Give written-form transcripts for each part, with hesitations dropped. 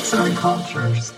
Arts and Cultures.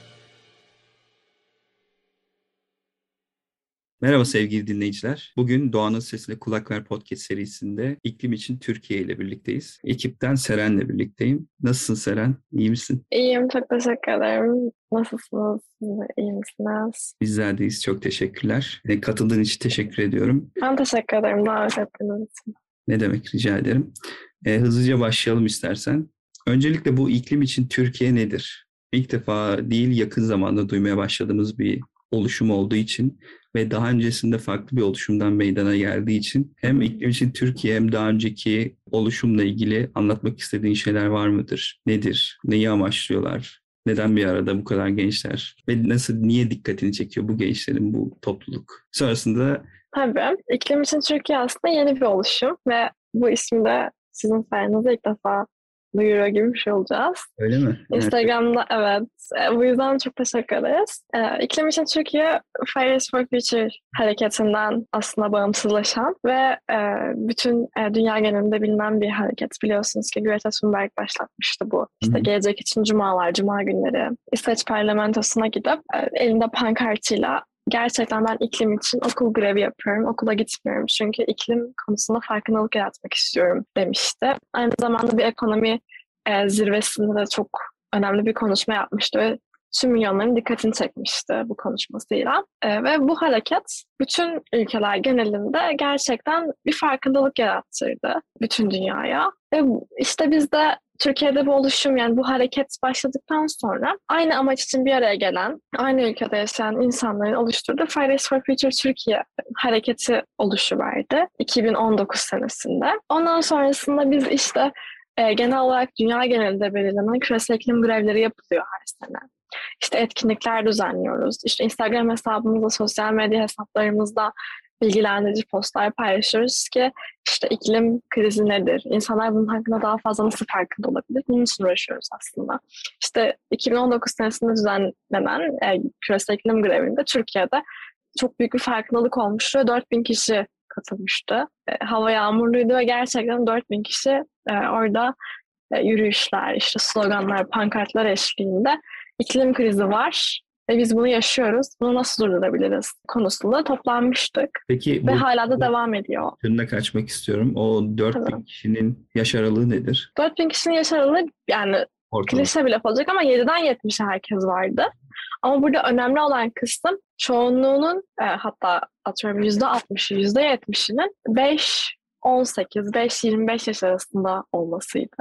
Merhaba sevgili dinleyiciler. Bugün Doğanın Sesine Kulak Ver podcast serisinde iklim için Türkiye ile birlikteyiz. Ekipten Seren'le birlikteyim. Nasılsın Seren? İyi misin? İyiyim, çok teşekkür ederim. Nasılsınız? Siz de iyi misiniz? Bizler deyiz. Çok teşekkürler. Katıldığın için teşekkür ediyorum. Ben teşekkür ederim davet ettiğiniz için. Ne demek, rica ederim. Hızlıca başlayalım istersen. Öncelikle bu iklim için Türkiye nedir? İlk defa değil, yakın zamanda duymaya başladığımız bir oluşum olduğu için ve daha öncesinde farklı bir oluşumdan meydana geldiği için hem iklim için Türkiye hem daha önceki oluşumla ilgili anlatmak istediğin şeyler var mıdır? Nedir? Neyi amaçlıyorlar? Neden bir arada bu kadar gençler? Ve niye dikkatini çekiyor bu gençlerin bu topluluk? Sonrasında... Tabii. İklim için Türkiye aslında yeni bir oluşum ve bu ismi de sizin sayenizde ilk defa duyuruyor gibi bir şey olacağız. Öyle mi? Instagram'da evet. Bu yüzden çok teşekkür ederiz. İklim için Türkiye Fridays for Future hareketinden aslında bağımsızlaşan ve bütün dünya genelinde bilinen bir hareket. Biliyorsunuz ki Greta Thunberg başlatmıştı bu. İşte gelecek için cuma günleri İsveç parlamentosuna gidip elinde pankartıyla gerçekten ben iklim için okul grevi yapıyorum, okula gitmiyorum çünkü iklim konusunda farkındalık yaratmak istiyorum demişti. Aynı zamanda bir ekonomi zirvesinde de çok önemli bir konuşma yapmıştı ve tüm milyonların dikkatini çekmişti bu konuşmasıyla. Ve bu hareket bütün ülkeler genelinde gerçekten bir farkındalık yarattırdı bütün dünyaya. Ve işte biz de Türkiye'de bu oluşum, yani bu hareket başladıktan sonra aynı amaç için bir araya gelen, aynı ülkede yaşayan insanların oluşturduğu Fridays for Future Türkiye hareketi oluşuverdi 2019 senesinde. Ondan sonrasında biz işte genel olarak dünya genelinde belirlenen küresel iklim grevleri yapılıyor her sene. İşte etkinlikler düzenliyoruz. İşte Instagram hesabımızda, sosyal medya hesaplarımızda bilgilendirici postlar paylaşıyoruz ki işte iklim krizi nedir? İnsanlar bunun hakkında daha fazla nasıl farkında olabilir? Bunun için uğraşıyoruz aslında. İşte 2019 senesinde düzenlenen küresel iklim grevinde Türkiye'de çok büyük bir farkındalık olmuştu ve 4000 kişi katılmıştı. Hava yağmurluydu ve gerçekten 4000 kişi orada yürüyüşler, işte sloganlar, pankartlar eşliğinde iklim krizi var ve biz bunu yaşıyoruz. Bunu nasıl durdurabiliriz konusunda toplanmıştık. Peki, ve hala da devam ediyor. Önüne kaçmak istiyorum. O 4000 kişinin yaş aralığı nedir? 4000 kişinin yaş aralığı yani klişe bir laf olacak ama 7'den 70'e herkes vardı. Ama burada önemli olan kısım çoğunluğunun hatta atıyorum %60'ı, %70'inin 5-18, 5-25 yaş arasında olmasıydı.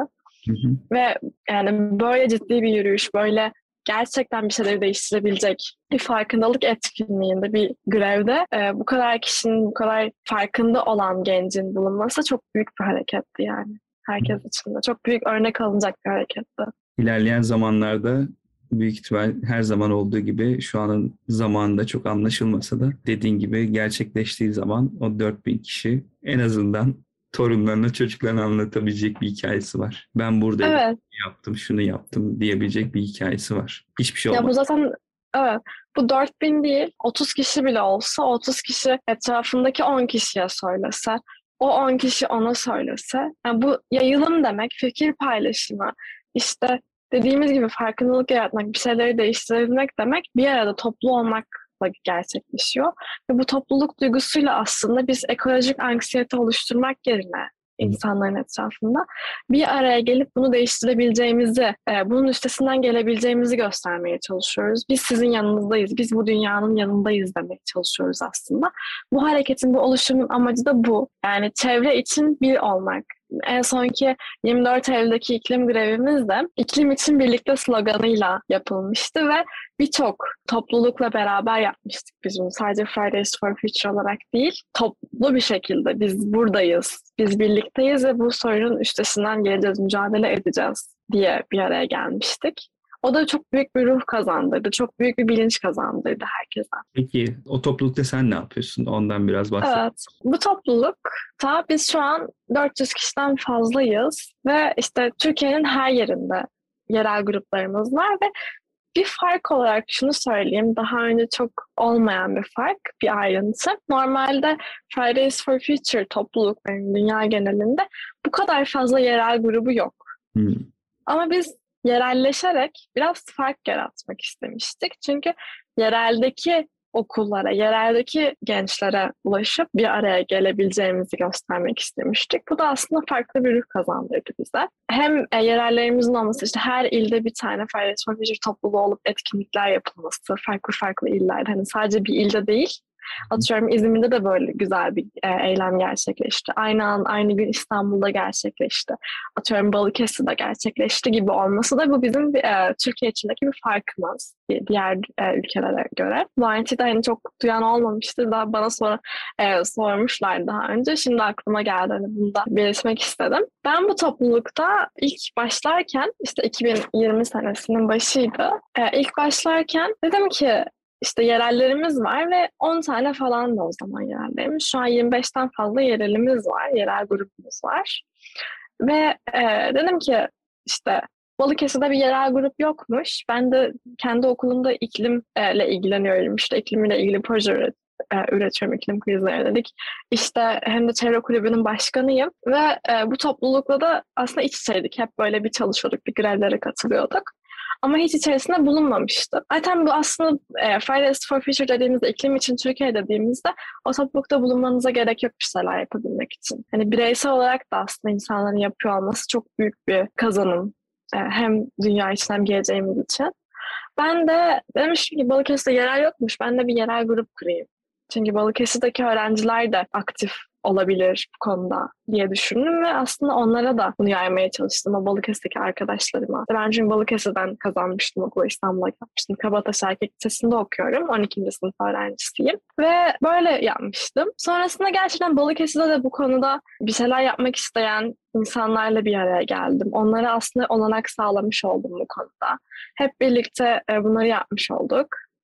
Ve yani böyle ciddi bir yürüyüş, böyle gerçekten bir şeyleri değiştirebilecek bir farkındalık etkinliğinde, bir grevde bu kadar kişinin, bu kadar farkında olan gencin bulunması çok büyük bir hareketti yani. Herkes için de. Çok büyük örnek alınacak bir hareketti. İlerleyen zamanlarda büyük ihtimal her zaman olduğu gibi şu anın zamanında çok anlaşılmasa da dediğin gibi gerçekleştiği zaman o 4000 kişi en azından torunlarına, çocuklarına anlatabilecek bir hikayesi var. Ben buradaydım, evet, yaptım, şunu yaptım diyebilecek bir hikayesi var. Hiçbir şey olmaz. Ya bu zaten evet, bu 4000 değil, 30 kişi bile olsa 30 kişi etrafındaki 10 kişiye söylese, o 10 kişi ona söylese, yani bu yayılım demek, fikir paylaşımı, işte dediğimiz gibi farkındalık yaratmak, bir şeyleri değiştirebilmek demek bir arada toplu olmakla gerçekleşiyor. Ve bu topluluk duygusuyla aslında biz ekolojik anksiyete oluşturmak yerine insanların etrafında bir araya gelip bunu değiştirebileceğimizi, bunun üstesinden gelebileceğimizi göstermeye çalışıyoruz. Biz sizin yanınızdayız, biz bu dünyanın yanındayız demeye çalışıyoruz aslında. Bu hareketin, bu oluşumun amacı da bu. Yani çevre için bir olmak. En sonki 24 Eylül'deki iklim grevimiz de iklim için birlikte sloganıyla yapılmıştı ve birçok toplulukla beraber yapmıştık biz bunu. Sadece Fridays for Future olarak değil, toplu bir şekilde biz buradayız, biz birlikteyiz ve bu sorunun üstesinden geleceğiz, mücadele edeceğiz diye bir araya gelmiştik. O da çok büyük bir ruh kazandırdı, çok büyük bir bilinç kazandırdı herkese. Peki o toplulukta sen ne yapıyorsun? Ondan biraz bahset. Evet, bu toplulukta biz şu an 400 kişiden fazlayız ve işte Türkiye'nin her yerinde yerel gruplarımız var ve bir fark olarak şunu söyleyeyim, daha önce çok olmayan bir fark, bir ayrıntı. Normalde Fridays for Future topluluklarının dünya genelinde bu kadar fazla yerel grubu yok. Ama biz yerelleşerek biraz fark yaratmak istemiştik. Çünkü yereldeki okullara, yereldeki gençlere ulaşıp bir araya gelebileceğimizi göstermek istemiştik. Bu da aslında farklı bir ruh kazandırdı bize. Hem yerellerimizin olması, işte her ilde bir tane Fridays for Future topluluğu olup etkinlikler yapılması, farklı farklı illerde, hani sadece bir ilde değil. Atıyorum İzmir'de de böyle güzel bir eylem gerçekleşti. Aynı gün İstanbul'da gerçekleşti. Atıyorum Balıkesir'de gerçekleşti gibi olması da bu bizim Türkiye içindeki bir farkımız diğer ülkelere göre. YNT'de hani çok duyan olmamıştır. Daha bana sormuşlar daha önce. Şimdi aklıma geldi. Hani bunu da belirtmek istedim. Ben bu toplulukta ilk başlarken, işte 2020 senesinin başıydı. İlk başlarken dedim ki işte yerellerimiz var ve 10 tane falan da o zaman yerellerimiz. Şu an 25'ten fazla yerelimiz var, yerel grubumuz var. Ve dedim ki işte Balıkesir'de bir yerel grup yokmuş. Ben de kendi okulumda iklimle ilgileniyorum. İşte iklimle ilgili proje üretiyorum, iklim krizleri dedik. İşte hem de çevre kulübünün başkanıyım ve bu toplulukla da aslında iç içeydik. Hep böyle bir çalışıyorduk, bir grevlere katılıyorduk. Ama hiç içerisinde bulunmamıştı. Zaten bu aslında Fridays for Future dediğimizde, iklim için Türkiye dediğimizde o toplulukta bulunmanıza gerek yok bir şeyler yapabilmek için. Hani bireysel olarak da aslında insanların yapıyor olması çok büyük bir kazanım. Hem dünya için hem geleceğimiz için. Ben de demiştim ki Balıkesir'de yerel yokmuş. Ben de bir yerel grup kurayım. Çünkü Balıkesir'deki öğrenciler de aktif olabilir bu konuda diye düşündüm ve aslında onlara da bunu yaymaya çalıştım, o Balıkesir'deki arkadaşlarıma. Ben çünkü Balıkesir'den kazanmıştım okulu, İstanbul'a gitmiştim. Kabataş Erkek Lisesi'nde okuyorum. 12. sınıf öğrencisiyim. Ve böyle yapmıştım. Sonrasında gerçekten Balıkesir'de de bu konuda bir şeyler yapmak isteyen insanlarla bir araya geldim. Onlara aslında olanak sağlamış oldum bu konuda. Hep birlikte bunları yapmış olduk.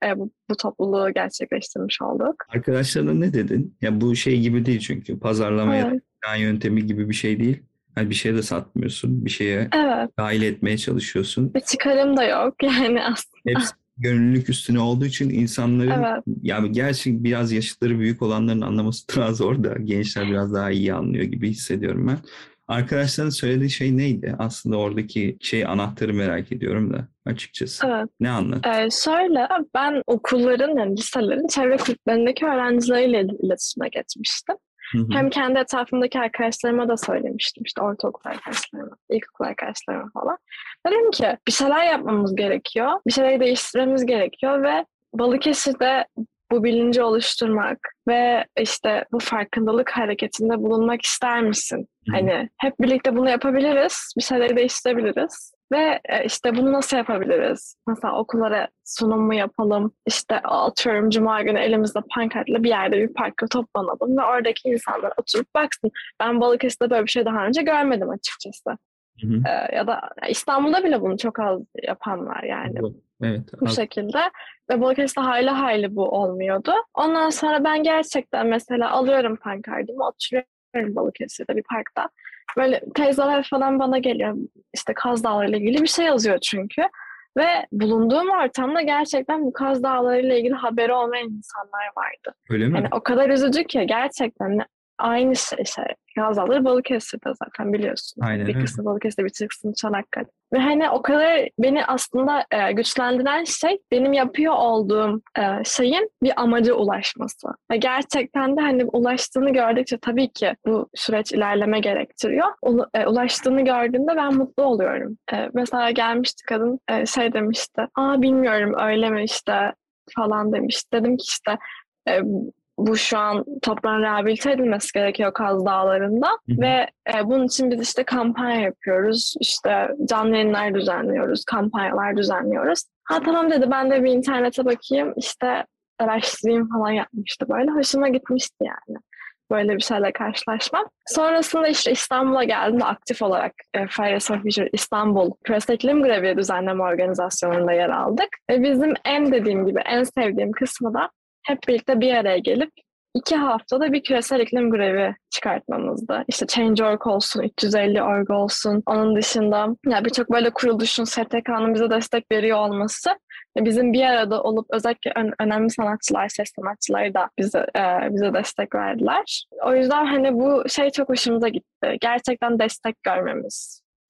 Bu topluluğu gerçekleştirmiş olduk. Arkadaşlarına ne dedin? Ya bu şey gibi değil çünkü pazarlama ya da Evet. ikna yöntemi gibi bir şey değil. Yani bir şey de satmıyorsun, bir şeye Evet. dahil etmeye çalışıyorsun. Bir çıkarım da yok yani aslında. Hepsi gönüllülük üstüne olduğu için insanların, Evet. yani gerçi biraz yaşları büyük olanların anlaması daha zor da gençler biraz daha iyi anlıyor gibi hissediyorum ben. Arkadaşların söylediği şey neydi? Aslında oradaki şey anahtarı merak ediyorum da açıkçası. Evet. Ne anlat? Şöyle, ben okulların, yani liselerin çevre kulüplerindeki öğrencileriyle iletişime geçmiştim. Hı hı. Hem kendi etrafımdaki arkadaşlarıma da söylemiştim. İşte ortaokul arkadaşlarıma, ilkokul arkadaşlarıma falan. Dedim ki bir şeyler yapmamız gerekiyor. Bir şeyleri değiştirmemiz gerekiyor ve Balıkesir'de bu bilinci oluşturmak ve işte bu farkındalık hareketinde bulunmak ister misin? Hı hı. Hani hep birlikte bunu yapabiliriz. Bir şeyleri değiştirebiliriz. Ve işte bunu nasıl yapabiliriz? Mesela okullara sunum mu yapalım? İşte atıyorum Cuma günü elimizde pankartla bir yerde bir parkta toplanalım ve oradaki insanlar oturup baksın. Ben Balıkesir'de böyle bir şey daha önce görmedim açıkçası. Hı hı. Ya da İstanbul'da bile bunu çok az yapan var yani Evet. bu şekilde. Ve Balıkesir'de hayli hayli bu olmuyordu. Ondan sonra ben gerçekten mesela alıyorum pankartımı, oturuyorum Balıkesir'de bir parkta. Böyle teyzeler falan bana geliyor. İşte Kaz Dağları ile ilgili bir şey yazıyor çünkü. Ve bulunduğum ortamda gerçekten bu Kaz Dağları ile ilgili haberi olmayan insanlar vardı. Öyle Yani mi? o kadar üzücü ki gerçekten aynı şey. Kaz Dağları Balıkesir'de zaten biliyorsun. Aynen Bir öyle. kısmı Balıkesir'de, bir kısmı Çanakkale. Ve hani o kadar beni aslında güçlendiren şey benim yapıyor olduğum şeyin bir amaca ulaşması. Ve gerçekten de hani ulaştığını gördükçe tabii ki bu süreç ilerleme gerektiriyor. Ulaştığını gördüğümde ben mutlu oluyorum. Mesela gelmişti kadın şey demişti. Aa bilmiyorum öyle mi işte falan demişti. Dedim ki işte e, bu şu an toprağın rehabilite edilmesi gerekiyor Kaz Dağları'nda Hı hı. ve bunun için biz işte kampanya yapıyoruz, işte canlı yayınlar düzenliyoruz, kampanyalar düzenliyoruz. Ha tamam dedi, ben de bir internete bakayım, işte araştırayım falan yapmıştı böyle. Hoşuma gitmişti yani böyle bir şeyle karşılaşmak. Sonrasında işte İstanbul'a geldiğimde aktif olarak Fridays for Future İstanbul Küresel İklim Grevi düzenleme organizasyonunda yer aldık. Bizim dediğim gibi en sevdiğim kısmı da hep birlikte bir araya gelip 2 haftada bir küresel iklim grevi çıkartmamızdı. İşte Change.org olsun, 350.org olsun. Onun dışında ya birçok böyle kuruluşun, STK'nın bize destek veriyor olması bizim bir arada olup özellikle önemli sanatçılar, ses sanatçıları da bize destek verdiler. O yüzden hani bu şey çok hoşumuza gitti. Gerçekten destek görmemiz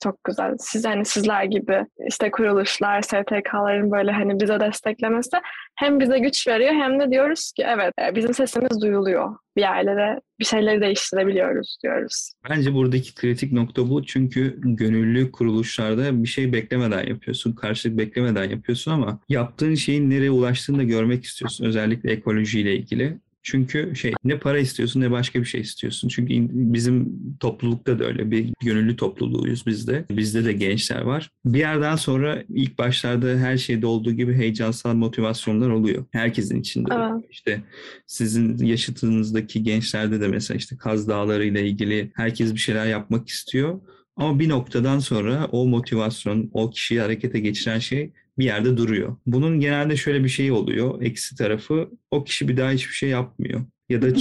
çok güzel. Sizler gibi işte kuruluşlar, STK'ların böyle hani bize desteklemesi hem bize güç veriyor hem de diyoruz ki evet bizim sesimiz duyuluyor. Bir yerlere bir şeyleri değiştirebiliyoruz diyoruz. Bence buradaki kritik nokta bu. Çünkü gönüllü kuruluşlarda bir şey beklemeden yapıyorsun. Karşılık beklemeden yapıyorsun ama yaptığın şeyin nereye ulaştığını da görmek istiyorsun. Özellikle ekolojiyle ilgili. Çünkü ne para istiyorsun ne başka bir şey istiyorsun. Çünkü bizim toplulukta da öyle bir gönüllü topluluğuyuz biz de. Bizde de gençler var. Bir yerden sonra ilk başlarda her şeyde olduğu gibi heyecansal motivasyonlar oluyor. Herkesin içinde oluyor. Evet. İşte sizin yaşıtınızdaki gençlerde de mesela işte Kaz Dağları ile ilgili herkes bir şeyler yapmak istiyor. Ama bir noktadan sonra o motivasyon, o kişiyi harekete geçiren şey bir yerde duruyor. Bunun genelde şöyle bir şey oluyor. Eksi tarafı o kişi bir daha hiçbir şey yapmıyor. Ya da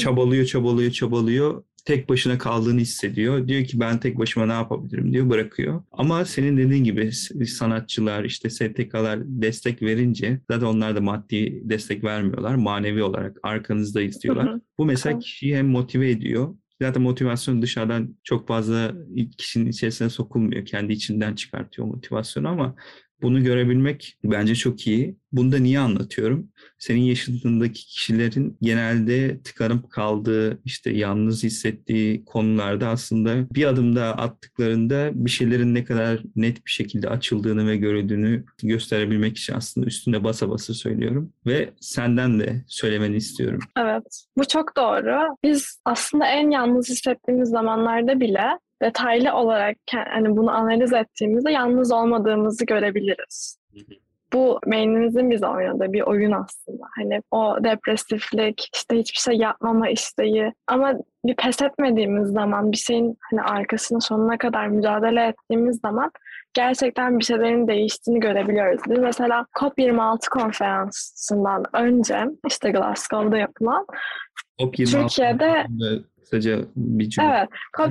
çabalıyor. Tek başına kaldığını hissediyor. Diyor ki ben tek başıma ne yapabilirim diyor, bırakıyor. Ama senin dediğin gibi sanatçılar, işte STK'lar destek verince zaten onlar da maddi destek vermiyorlar. Manevi olarak arkanızdayız diyorlar. Bu mesela kişiyi hem motive ediyor. Zaten motivasyon dışarıdan çok fazla kişinin içerisine sokulmuyor. Kendi içinden çıkartıyor motivasyonu ama bunu görebilmek bence çok iyi. Bunu da niye anlatıyorum? Senin yaşındaki kişilerin genelde tıkanıp kaldığı, işte yalnız hissettiği konularda aslında bir adım daha attıklarında bir şeylerin ne kadar net bir şekilde açıldığını ve görüldüğünü gösterebilmek için aslında üstüne basa basa söylüyorum. Ve senden de söylemeni istiyorum. Evet, bu çok doğru. Biz aslında en yalnız hissettiğimiz zamanlarda bile detaylı olarak hani bunu analiz ettiğimizde yalnız olmadığımızı görebiliriz. Bu beynimizin bize oynadığı bir oyun aslında. Hani o depresiflik, işte hiçbir şey yapmama isteği ama bir pes etmediğimiz zaman, bir şeyin hani arkasına sonuna kadar mücadele ettiğimiz zaman gerçekten bir şeylerin değiştiğini görebiliyoruz. Biz mesela COP26 konferansından önce işte Glasgow'da yapılan Türkiye'de kısaca bir cümle. Evet,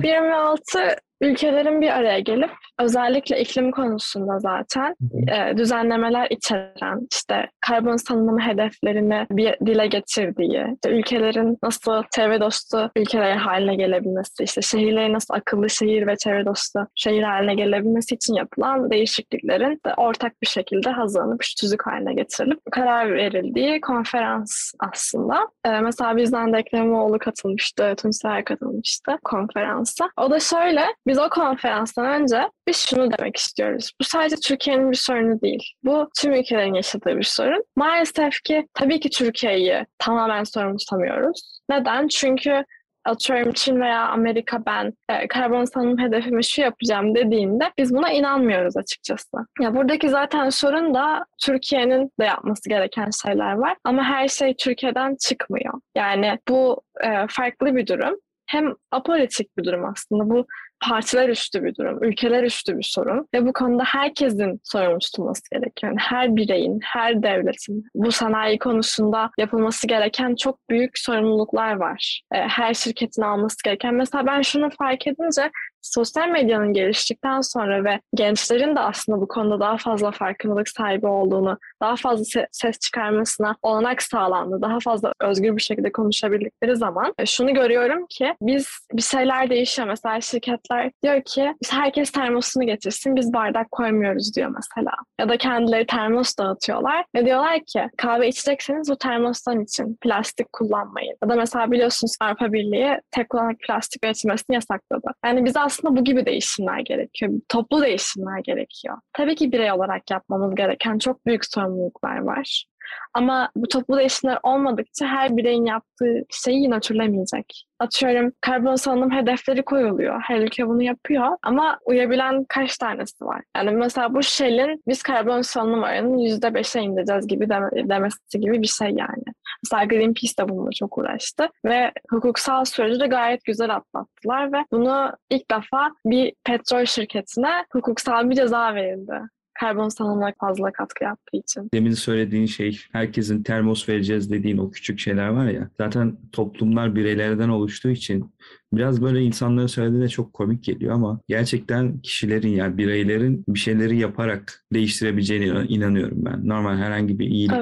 COP26 ülkelerin bir araya gelip özellikle iklim konusunda zaten düzenlemeler içeren, işte karbon salınımı hedeflerini bir dile getirdiği, işte ülkelerin nasıl çevre dostu ülkeler haline gelebilmesi, işte şehirlerin nasıl akıllı şehir ve çevre dostu şehir haline gelebilmesi için yapılan değişikliklerin de ortak bir şekilde hazırlanıp tüzük haline getirilip karar verildiği konferans aslında. Mesela bizden de Ekrem İmamoğlu katılmıştı, Tunç Seher katılmıştı konferansa. O da şöyle, biz o konferanstan önce biz şunu demek istiyoruz. Bu sadece Türkiye'nin bir sorunu değil. Bu tüm ülkelerin yaşadığı bir sorun. Maalesef ki tabii ki Türkiye'yi tamamen sorumlu tutamıyoruz. Neden? Çünkü atıyorum Çin veya Amerika ben karbon salınım hedefimi şu yapacağım dediğinde biz buna inanmıyoruz açıkçası. Ya buradaki zaten sorun da Türkiye'nin de yapması gereken şeyler var. Ama her şey Türkiye'den çıkmıyor. Yani bu farklı bir durum. Hem apolitik bir durum aslında. Bu partiler üstü bir durum, ülkeler üstü bir sorun ve bu konuda herkesin sorumlu tutulması gerekiyor. Yani her bireyin, her devletin bu sanayi konusunda yapılması gereken çok büyük sorumluluklar var. Her şirketin alması gereken. Mesela ben şunu fark edince sosyal medyanın geliştikten sonra ve gençlerin de aslında bu konuda daha fazla farkındalık sahibi olduğunu, daha fazla ses çıkarmasına olanak sağlandı, daha fazla özgür bir şekilde konuşabildikleri zaman şunu görüyorum ki biz bir şeyler değişiyor. Mesela şirketler diyor ki herkes termosunu getirsin, biz bardak koymuyoruz diyor mesela. Ya da kendileri termos dağıtıyorlar ve diyorlar ki kahve içecekseniz bu termostan için plastik kullanmayın. Ya da mesela biliyorsunuz Avrupa Birliği tek kullanımlık plastik üretilmesini yasakladı. Yani biz aslında bu gibi değişimler gerekiyor. Toplu değişimler gerekiyor. Tabii ki birey olarak yapmamız gereken çok büyük sorumluluklar var. Ama bu toplu değişimler olmadıkça her bireyin yaptığı şeyi nötrlemeyecek. Atıyorum karbon salınım hedefleri koyuluyor. Her ülke bunu yapıyor ama uyabilen kaç tanesi var? Yani mesela bu Shell'in biz karbon salınım oranını %5'e indireceğiz gibi demesi gibi bir şey yani. Mesela Greenpeace de bununla çok uğraştı ve hukuksal süreci de gayet güzel atlattılar ve bunu ilk defa bir petrol şirketine hukuksal bir ceza verildi. Karbon salınımına fazla katkı yaptığı için. Demin söylediğin şey, herkesin termos vereceğiz dediğin o küçük şeyler var ya, zaten toplumlar bireylerden oluştuğu için biraz böyle insanların söylediğinde çok komik geliyor ama gerçekten kişilerin, yani bireylerin bir şeyleri yaparak değiştirebileceğine inanıyorum ben. Normal herhangi bir iyilik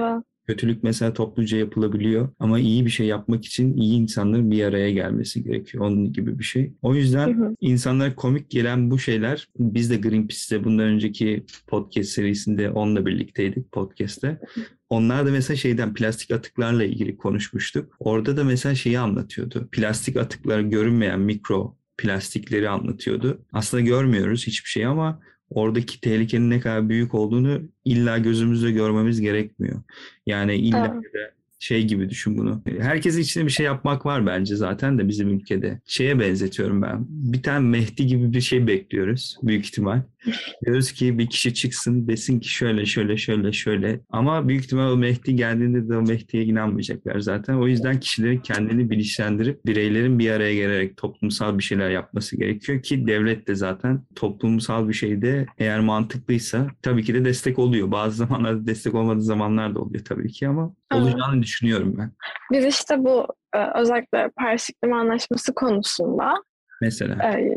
Kötülük mesela topluca yapılabiliyor ama iyi bir şey yapmak için iyi insanların bir araya gelmesi gerekiyor. Onun gibi bir şey. O Hı yüzden hı. insanlara komik gelen bu şeyler, biz de Greenpeace'te bundan önceki podcast serisinde onunla birlikteydik podcast'te. Onlar da mesela şeyden, plastik atıklarla ilgili konuşmuştuk. Orada da mesela şeyi anlatıyordu. Plastik atıklar, görünmeyen mikro plastikleri anlatıyordu. Aslında görmüyoruz hiçbir şey ama oradaki tehlikenin ne kadar büyük olduğunu illa gözümüzle görmemiz gerekmiyor. Yani illa Evet. şey gibi düşün bunu. Herkesin içinde bir şey yapmak var bence zaten de bizim ülkede. Şeye benzetiyorum ben. Bir tane Mehdi gibi bir şey bekliyoruz büyük ihtimal. Diyoruz ki bir kişi çıksın desin ki şöyle şöyle şöyle şöyle. Ama büyük ihtimal o Mehdi geldiğinde de o Mehdi'ye inanmayacaklar zaten. O yüzden kişilerin kendini bilinçlendirip bireylerin bir araya gelerek toplumsal bir şeyler yapması gerekiyor ki devlet de zaten toplumsal bir şeyde eğer mantıklıysa tabii ki de destek oluyor. Bazı zamanlarda destek olmadığı zamanlar da oluyor tabii ki ama Evet. olacağını düşünüyorum ben. Biz işte bu özellikle Paris İklim Anlaşması konusunda Mesela. e,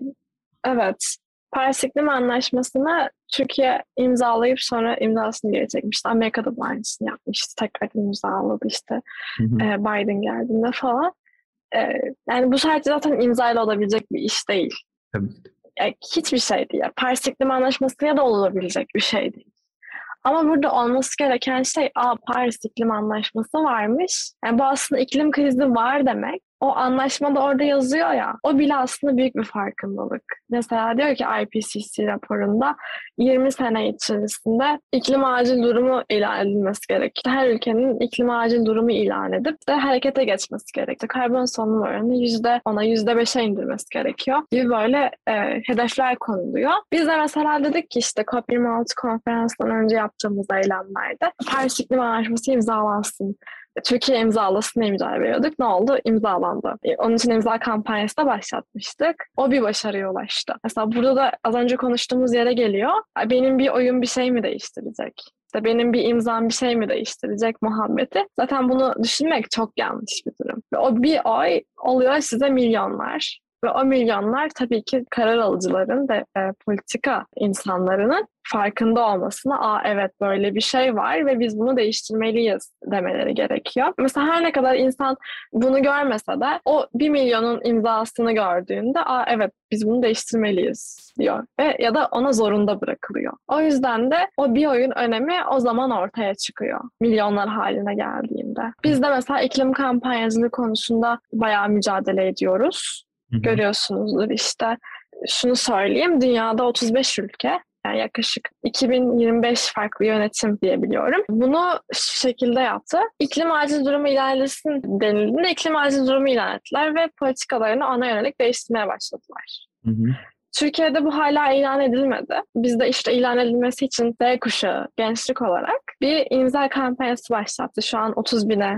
evet, Paris İklim Anlaşması'nı Türkiye imzalayıp sonra imzasını geri çekmişti. Amerika'da da aynısını yapmıştı. Tekrar imzaladı işte Hı hı. Biden geldiğinde falan. E, Yani bu sadece zaten imzayla olabilecek bir iş değil. Tabii. Hiçbir şey değil. Paris İklim Anlaşması'ya da olabilecek bir şey değil. Ama burada olması gereken şey, Paris İklim Anlaşması varmış. Yani bu aslında iklim krizi var demek. O anlaşmada orada yazıyor ya, o bile aslında büyük bir farkındalık. Mesela diyor ki IPCC raporunda 20 sene içerisinde iklim acil durumu ilan edilmesi gerekiyor. Her ülkenin iklim acil durumu ilan edip de harekete geçmesi gerekiyor. Karbon salınım oranını %10'a, %5'e indirmesi gerekiyor gibi böyle hedefler konuluyor. Biz de mesela dedik ki işte COP26 konferansından önce yaptığımız eylemlerde Paris İklim Anlaşması imzalansın. Türkiye imzalasın imza veriyorduk. Ne oldu? İmzalandı. Onun için imza kampanyası da başlatmıştık. O bir başarıya ulaştı. Mesela burada da az önce konuştuğumuz yere geliyor. Benim bir oyun bir şey mi değiştirecek? İşte benim bir imzam bir şey mi değiştirecek muhabbeti. Zaten bunu düşünmek çok yanlış bir durum. Ve o bir oy oluyor size milyonlar. Ve o milyonlar tabii ki karar alıcıların ve politika insanlarının farkında olmasına, evet böyle bir şey var ve biz bunu değiştirmeliyiz demeleri gerekiyor. Mesela her ne kadar insan bunu görmese de o 1 milyonun imzasını gördüğünde evet biz bunu değiştirmeliyiz diyor ve ya da ona zorunda bırakılıyor. O yüzden de o bir oyun önemi o zaman ortaya çıkıyor. Milyonlar haline geldiğinde. Biz de mesela iklim kampanyacılığı konusunda bayağı mücadele ediyoruz. Hı hı. Görüyorsunuzdur işte. Şunu söyleyeyim, dünyada 35 ülke, yani yaklaşık 2025 farklı yönetim diyebiliyorum. Bunu şu şekilde yaptı. İklim acil durumu ilan edilsin denildiğinde iklim acil durumu ilan ettiler ve politikalarını ona yönelik değiştirmeye başladılar. Hı hı. Türkiye'de bu hala ilan edilmedi. Biz de işte ilan edilmesi için Z kuşağı gençlik olarak bir imza kampanyası başlattı. Şu an 30 bine,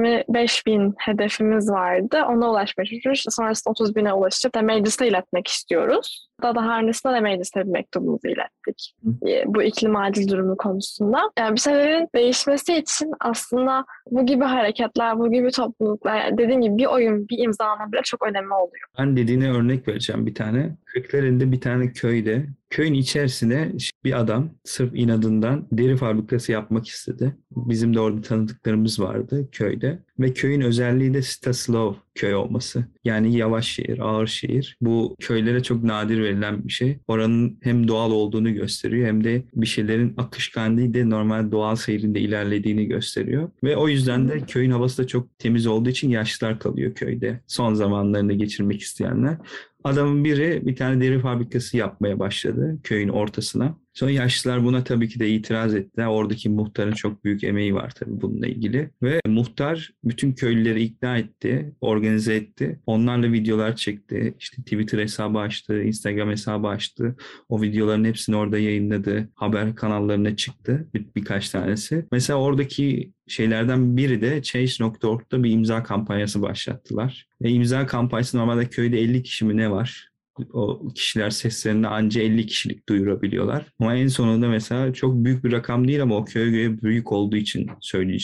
25 bin hedefimiz vardı. Ona ulaşmaya çalışıyoruz. Sonrasında 30 bine ulaşıp da meclise iletmek istiyoruz. Daha öncesinde de meclise bir mektubumuzu ilettik. Bu iklim acil durumu konusunda. Yani bir şeylerin değişmesi için aslında bu gibi hareketler, bu gibi topluluklar, yani dediğim gibi bir oyun, bir imzanın bile çok önemli oluyor. Ben dediğine örnek vereceğim bir tane. Kırklareli'nde bir tane köyde, köyün içerisine bir adam sırf inadından deri fabrikası yapmak istedi. Bizim de orada tanıdıklarımız vardı köyde. Ve köyün özelliği de slow köy olması. Yani yavaş şehir, ağır şehir. Bu köylere çok nadir verilen bir şey. Oranın hem doğal olduğunu gösteriyor hem de bir şeylerin akışkan değil de normal doğal seyrinde ilerlediğini gösteriyor. Ve o yüzden de köyün havası da çok temiz olduğu için yaşlılar kalıyor köyde. Son zamanlarını geçirmek isteyenler. Adamın biri bir tane deri fabrikası yapmaya başladı köyün ortasına. Sonra yaşlılar buna tabii ki de itiraz ettiler. Oradaki muhtarın çok büyük emeği var tabii bununla ilgili. Ve muhtar bütün köylüleri ikna etti, organize etti. Onlarla videolar çekti. İşte Twitter hesabı açtı, Instagram hesabı açtı. O videoların hepsini orada yayınladı. Haber kanallarına çıktı birkaç tanesi. Mesela oradaki şeylerden biri de Change.org'da bir imza kampanyası başlattılar. Ve imza kampanyası normalde köyde 50 kişi mi ne var? O kişiler seslerini anca 50 kişilik duyurabiliyorlar. Ama en sonunda mesela çok büyük bir rakam değil ama o köye göre büyük olduğu için söyleyeceğim.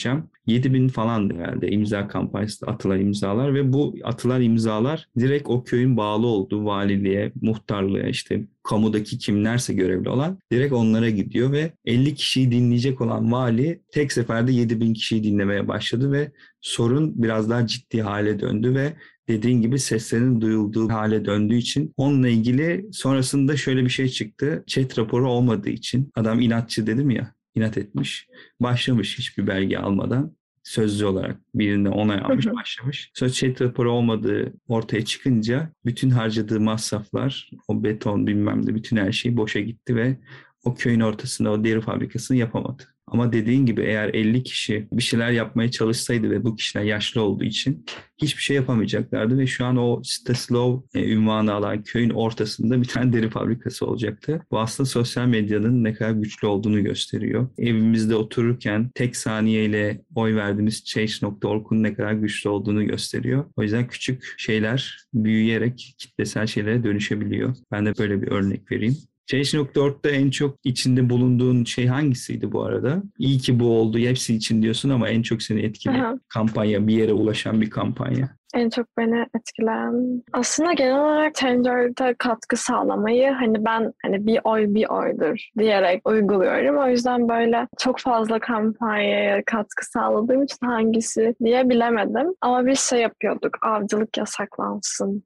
7.000 falandı herhalde imza kampanyası atılan imzalar ve bu atılan imzalar direkt o köyün bağlı olduğu valiliğe, muhtarlığa, işte kamudaki kimlerse görevli olan direkt onlara gidiyor ve 50 kişiyi dinleyecek olan vali tek seferde 7.000 kişiyi dinlemeye başladı ve sorun biraz daha ciddi hale döndü ve dediğin gibi seslerin duyulduğu hale döndüğü için onunla ilgili sonrasında şöyle bir şey çıktı. Chat raporu olmadığı için adam inatçı dedim ya, inat etmiş. Başlamış hiçbir belge almadan sözlü olarak birine onay almış başlamış. Sonra chat raporu olmadığı ortaya çıkınca bütün harcadığı masraflar, o beton bilmem de bütün her şey boşa gitti ve o köyün ortasında o deri fabrikasını yapamadı. Ama dediğin gibi eğer 50 kişi bir şeyler yapmaya çalışsaydı ve bu kişiler yaşlı olduğu için hiçbir şey yapamayacaklardı ve şu an o Staslov ünvanı alan köyün ortasında bir tane deri fabrikası olacaktı. Bu aslında sosyal medyanın ne kadar güçlü olduğunu gösteriyor. Evimizde otururken tek saniyeyle oy verdiğimiz Change.org'un ne kadar güçlü olduğunu gösteriyor. O yüzden küçük şeyler büyüyerek kitlesel şeylere dönüşebiliyor. Ben de böyle bir örnek vereyim. Change.org'da en çok içinde bulunduğun şey hangisiydi bu arada? İyi ki bu oldu, hepsi için diyorsun ama en çok seni etkileyen kampanya, bir yere ulaşan bir kampanya. En çok beni etkileyen aslında genel olarak Change.org'da katkı sağlamayı ben bir oy bir oydur diyerek uyguluyorum. O yüzden böyle çok fazla kampanyaya katkı sağladığım için hangisi diye bilemedim. Ama bir şey yapıyorduk, avcılık yasaklansın.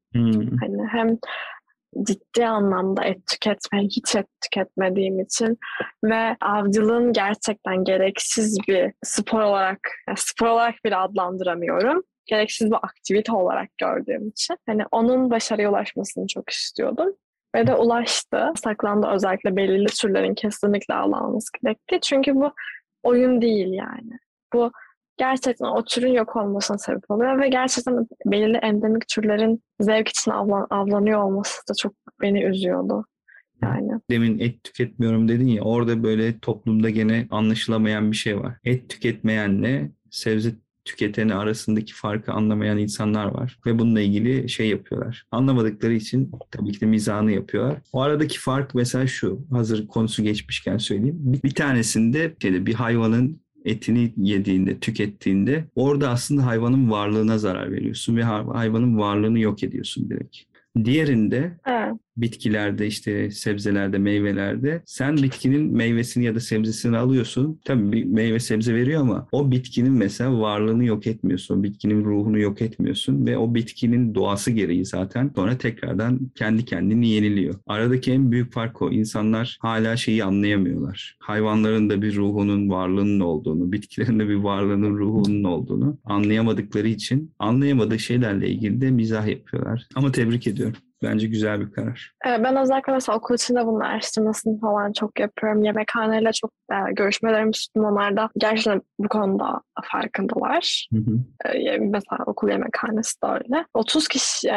Hem ciddi anlamda et tüketmeyi hiç et tüketmediğim için ve avcılığın gerçekten gereksiz bir spor olarak bile adlandıramıyorum. Gereksiz bir aktivite olarak gördüğüm için onun başarıya ulaşmasını çok istiyordum. Ve de ulaştı. Saklandı, özellikle belirli türlerin kesinlikle avlanması gerekti. Çünkü bu oyun değil yani. Bu gerçekten o türün yok olmasına sebep oluyor ve gerçekten belirli endemik türlerin zevk için avlanıyor olması da çok beni üzüyordu. Yani. Demin et tüketmiyorum dedin ya, orada böyle toplumda gene anlaşılamayan bir şey var. Et tüketmeyenle sebze tüketeni arasındaki farkı anlamayan insanlar var ve bununla ilgili şey yapıyorlar. Anlamadıkları için tabii ki de mizahını yapıyorlar. O aradaki fark mesela şu, hazır konusu geçmişken söyleyeyim. Bir tanesinde bir hayvanın etini yediğinde, tükettiğinde orada aslında hayvanın varlığına zarar veriyorsun ve hayvanın varlığını yok ediyorsun direkt. Diğerinde bitkilerde, işte sebzelerde, meyvelerde sen bitkinin meyvesini ya da sebzesini alıyorsun. Tabii bir meyve sebze veriyor ama o bitkinin mesela varlığını yok etmiyorsun. O bitkinin ruhunu yok etmiyorsun ve o bitkinin doğası gereği zaten sonra tekrardan kendi kendini yeniliyor. Aradaki en büyük fark o. İnsanlar hala şeyi anlayamıyorlar. Hayvanların da bir ruhunun, varlığının olduğunu, bitkilerin de bir varlığının, ruhunun olduğunu anlayamadıkları için anlayamadığı şeylerle ilgili de mizah yapıyorlar. Ama tebrik ediyorum. Bence güzel bir karar. Ben özellikle mesela okul içinde bunun araştırmasını falan çok yapıyorum. Yemekhaneyle çok görüşmelerimi tuttum. Onlar da gerçekten bu konuda farkındalar. Mesela okul yemekhanesi de öyle. 30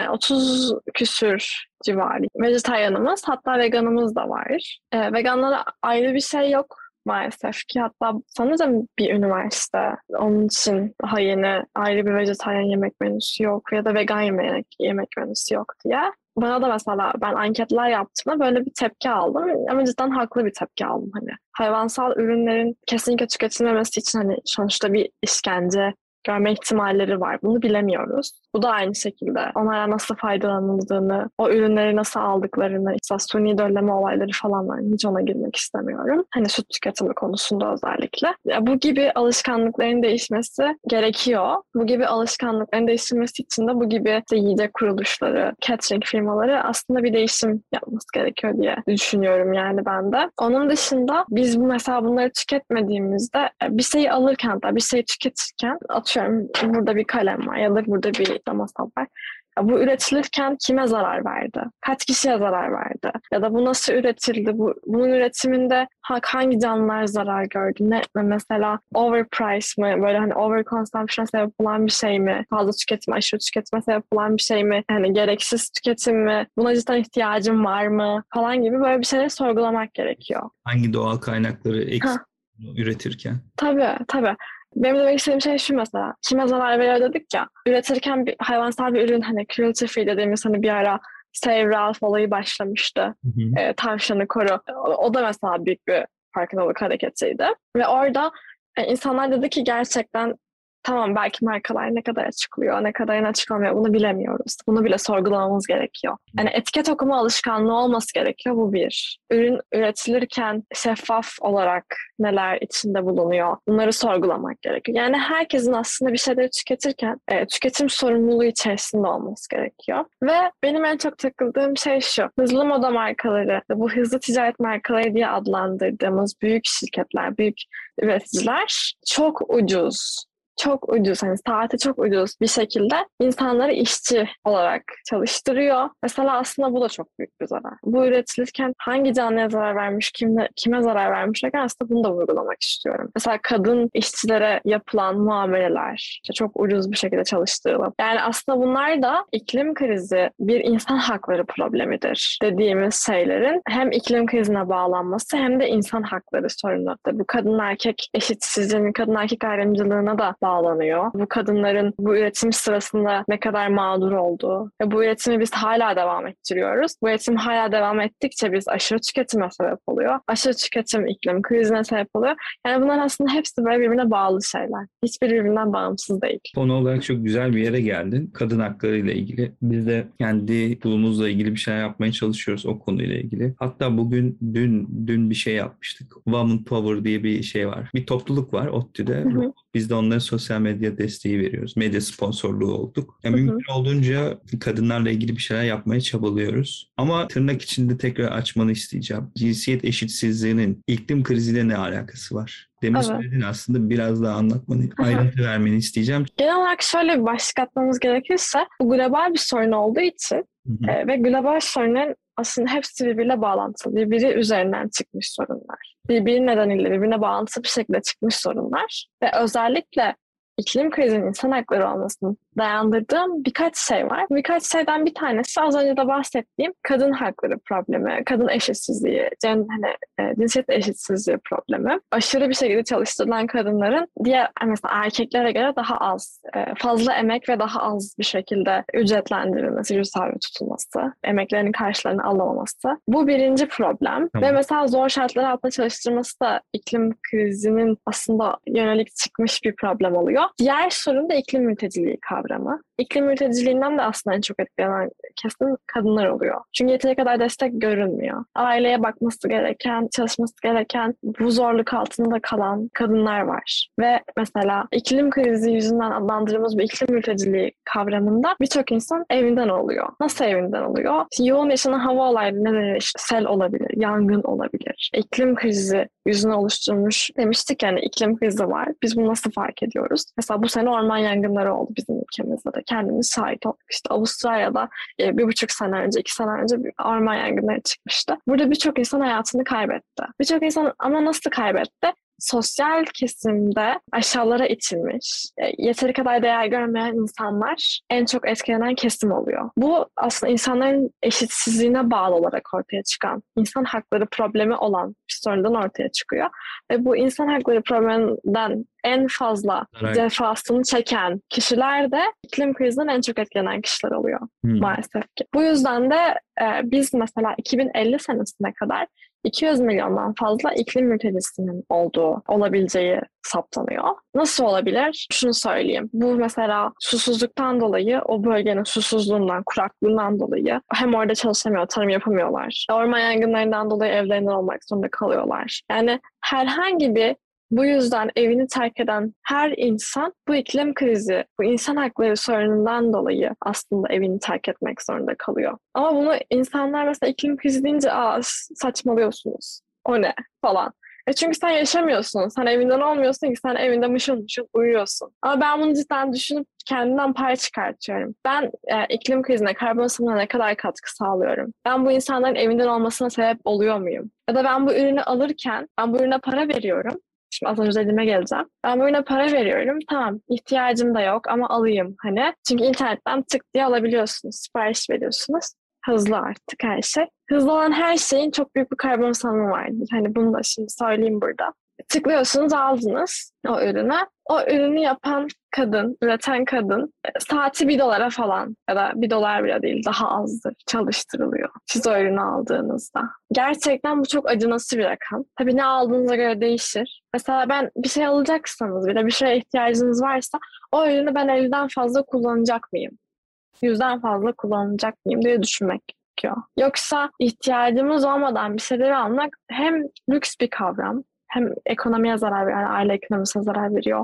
küsür civarı vejetaryenimiz, hatta veganımız da var. Veganlara ayrı bir şey yok maalesef ki. Hatta sanırım bir üniversite onun için daha yeni ayrı bir vejetaryen yemek menüsü yok ya da vegan yemek menüsü yok diye. Bana da mesela ben anketler yaptığımda böyle bir tepki aldım ama cidden haklı bir tepki aldım. Hayvansal ürünlerin kesinlikle tüketilmemesi için sonuçta bir işkence görme ihtimalleri var. Bunu bilemiyoruz. Bu da aynı şekilde onlara nasıl faydalanıldığını, o ürünleri nasıl aldıklarını, suni dölleme olayları falan var. Hiç ona girmek istemiyorum. Süt tüketimi konusunda özellikle. Bu gibi alışkanlıkların değişmesi gerekiyor. Bu gibi alışkanlıkların değiştirmesi için de bu gibi yiyecek kuruluşları, catering firmaları aslında bir değişim yapması gerekiyor diye düşünüyorum yani ben de. Onun dışında biz mesela bunları tüketmediğimizde bir şeyi alırken, bir şeyi tüketirken atıyorum burada bir kalem var ya da burada bir masal var. Bu üretilirken kime zarar verdi? Kaç kişiye zarar verdi? Ya da bu nasıl üretildi? Bunun üretiminde hangi canlılar zarar gördü? Mesela overprice mi? Böyle overconsumption sebep olan bir şey mi? Fazla tüketim, aşırı tüketime sebep olan bir şey mi? Gereksiz tüketim mi? Buna cidden ihtiyacım var mı? Falan gibi böyle bir şeyleri sorgulamak gerekiyor. Hangi doğal kaynakları üretirken? Tabii. Benim demek istediğim şey şu mesela. Kime zarar veriyor dedik ya. Üretirken bir hayvansal bir ürün cruelty free dediğimiz bir ara Save Ralph olayı başlamıştı. Tavşanı koru. O da mesela büyük bir farkındalık hareketiydi. Ve orada insanlar dedi ki gerçekten Tamam, belki markalar ne kadar açıklıyor, ne kadar açıklamıyor bunu bilemiyoruz. Bunu bile sorgulamamız gerekiyor. Yani etiket okuma alışkanlığı olması gerekiyor, bu bir. Ürün üretilirken şeffaf olarak neler içinde bulunuyor, bunları sorgulamak gerekiyor. Yani herkesin aslında bir şeyleri tüketirken tüketim sorumluluğu içerisinde olması gerekiyor. Ve benim en çok takıldığım şey şu: hızlı moda markaları, bu hızlı ticaret markaları diye adlandırdığımız büyük şirketler, büyük üreticiler çok ucuz. Çok ucuz, hani saati çok ucuz bir şekilde insanları işçi olarak çalıştırıyor. Mesela aslında bu da çok büyük bir zarar. Bu üretilirken hangi canlıya zarar vermiş, kime zarar vermiş, aslında bunu da vurgulamak istiyorum. Mesela kadın işçilere yapılan muameleler, işte çok ucuz bir şekilde çalıştırılıp. Yani aslında bunlar da iklim krizi bir insan hakları problemidir dediğimiz şeylerin hem iklim krizine bağlanması hem de insan hakları sorunu. Bu kadın erkek eşitsizliğinin, kadın erkek ayrımcılığına da bağlanıyor. Bu kadınların bu üretim sırasında ne kadar mağdur olduğu ve bu üretimi biz hala devam ettiriyoruz. Bu üretim hala devam ettikçe biz aşırı tüketime sebep oluyor. Aşırı tüketim iklim krizine sebep oluyor. Yani bunlar aslında hepsi böyle birbirine bağlı şeyler. Hiçbir birbirinden bağımsız değil. Konu olarak çok güzel bir yere geldin. Kadın hakları ile ilgili. Biz de kendi kulumuzla ilgili bir şeyler yapmaya çalışıyoruz o konuyla ilgili. Hatta dün bir şey yapmıştık. Women Power diye bir şey var. Bir topluluk var ODTÜ'de. Biz de onlara sosyal medya desteği veriyoruz. Medya sponsorluğu olduk. Yani mümkün olduğunca kadınlarla ilgili bir şeyler yapmaya çabalıyoruz. Ama tırnak içinde tekrar açmanı isteyeceğim. Cinsiyet eşitsizliğinin iklim kriziyle ne alakası var? Demin söyledin, aslında biraz daha anlatmanı, ayrıntı vermeni isteyeceğim. Genel olarak şöyle bir başlık atmamız gerekirse, bu global bir sorun olduğu için ve global sorunun aslında hepsi birbiriyle bağlantılı. Birbiri üzerinden çıkmış sorunlar. Birbiri nedeniyle birbirine bağlantılı bir şekilde çıkmış sorunlar. Ve özellikle iklim krizinin insan hakları olmasını dayandırdığım birkaç şey var. Birkaç şeyden bir tanesi az önce de bahsettiğim kadın hakları problemi, kadın eşitsizliği, cinsiyet eşitsizliği problemi. Aşırı bir şekilde çalıştırılan kadınların diğer mesela erkeklere göre daha az, fazla emek ve daha az bir şekilde ücretlendirilmesi, rüsave tutulması, emeklerinin karşılığını alamaması. Bu birinci problem. Ve mesela zor şartlar altında çalıştırması da iklim krizinin aslında yönelik çıkmış bir problem oluyor. Diğer sorun da iklim mülteciliği kavramı. İklim mülteciliğinden de aslında en çok etkilenen kesim kadınlar oluyor. Çünkü yeteri kadar destek görünmüyor. Aileye bakması gereken, çalışması gereken, bu zorluk altında kalan kadınlar var. Ve mesela iklim krizi yüzünden adlandırdığımız bir iklim mülteciliği kavramında birçok insan evinden oluyor. Nasıl evinden oluyor? Yoğun yaşanan hava olayları nedeniyle sel olabilir, yangın olabilir. İklim krizi yüzüne oluşturmuş demiştik, yani iklim krizi var. Biz bunu nasıl fark ediyoruz? Mesela bu sene orman yangınları oldu bizim ülkemizde de. Kendimiz şahit olduk. İşte Avustralya'da 1,5 sene önce, 2 sene önce bir orman yangınları çıkmıştı. Burada birçok insan hayatını kaybetti. Birçok insan ama nasıl kaybetti? Sosyal kesimde aşağılara itilmiş, yeteri kadar değer görmeyen insanlar en çok etkilenen kesim oluyor. Bu aslında insanların eşitsizliğine bağlı olarak ortaya çıkan, insan hakları problemi olan bir sorundan ortaya çıkıyor. Ve bu insan hakları probleminden en fazla cefasını çeken kişiler de iklim krizinden en çok etkilenen kişiler oluyor maalesef ki. Bu yüzden de biz mesela 2050 senesine kadar 200 milyondan fazla iklim mültecisinin olabileceği saptanıyor. Nasıl olabilir? Şunu söyleyeyim. Bu mesela susuzluktan dolayı, o bölgenin susuzluğundan, kuraklığından dolayı hem orada çalışamıyor, tarım yapamıyorlar. Orman yangınlarından dolayı evlerinden olmak zorunda kalıyorlar. Yani herhangi bir bu yüzden evini terk eden her insan bu iklim krizi, bu insan hakları sorunundan dolayı aslında evini terk etmek zorunda kalıyor. Ama bunu insanlar mesela iklim krizi deyince saçmalıyorsunuz, o ne falan. Çünkü sen yaşamıyorsun, sen evinden olmuyorsun ki, sen evinde mışıl mışıl uyuyorsun. Ama ben bunu cidden düşünüp kendimden pay çıkartıyorum. Ben iklim krizine, karbon salınımına ne kadar katkı sağlıyorum? Ben bu insanların evinden olmasına sebep oluyor muyum? Ya da ben bu ürünü alırken, ben bu ürüne para veriyorum. Şimdi az önce dediğime geleceğim. Ben bu ürüne para veriyorum. Tamam, ihtiyacım da yok ama alayım hani. Çünkü internetten tık diye alabiliyorsunuz. Sipariş veriyorsunuz. Hızlı artık her şey. Hızlı olan her şeyin çok büyük bir karbon salınımı vardır. Hani bunu da şimdi söyleyeyim burada. tıklıyorsunuz, aldınız o ürünü. O ürünü yapan kadın, üreten kadın saati $1 falan ya da $1 bile değil, daha azdır çalıştırılıyor siz o ürünü aldığınızda. Gerçekten bu çok acınası bir rakam. Tabii ne aldığınıza göre değişir. Mesela ben bir şey alacaksanız bile, bir şeye ihtiyacınız varsa o ürünü ben 50'den fazla kullanacak mıyım? 100'den fazla kullanacak mıyım diye düşünmek gerekiyor. Yoksa ihtiyacımız olmadan bir şeyleri almak hem lüks bir kavram, hem ekonomiye zarar veriyor, yani aile ekonomisine zarar veriyor.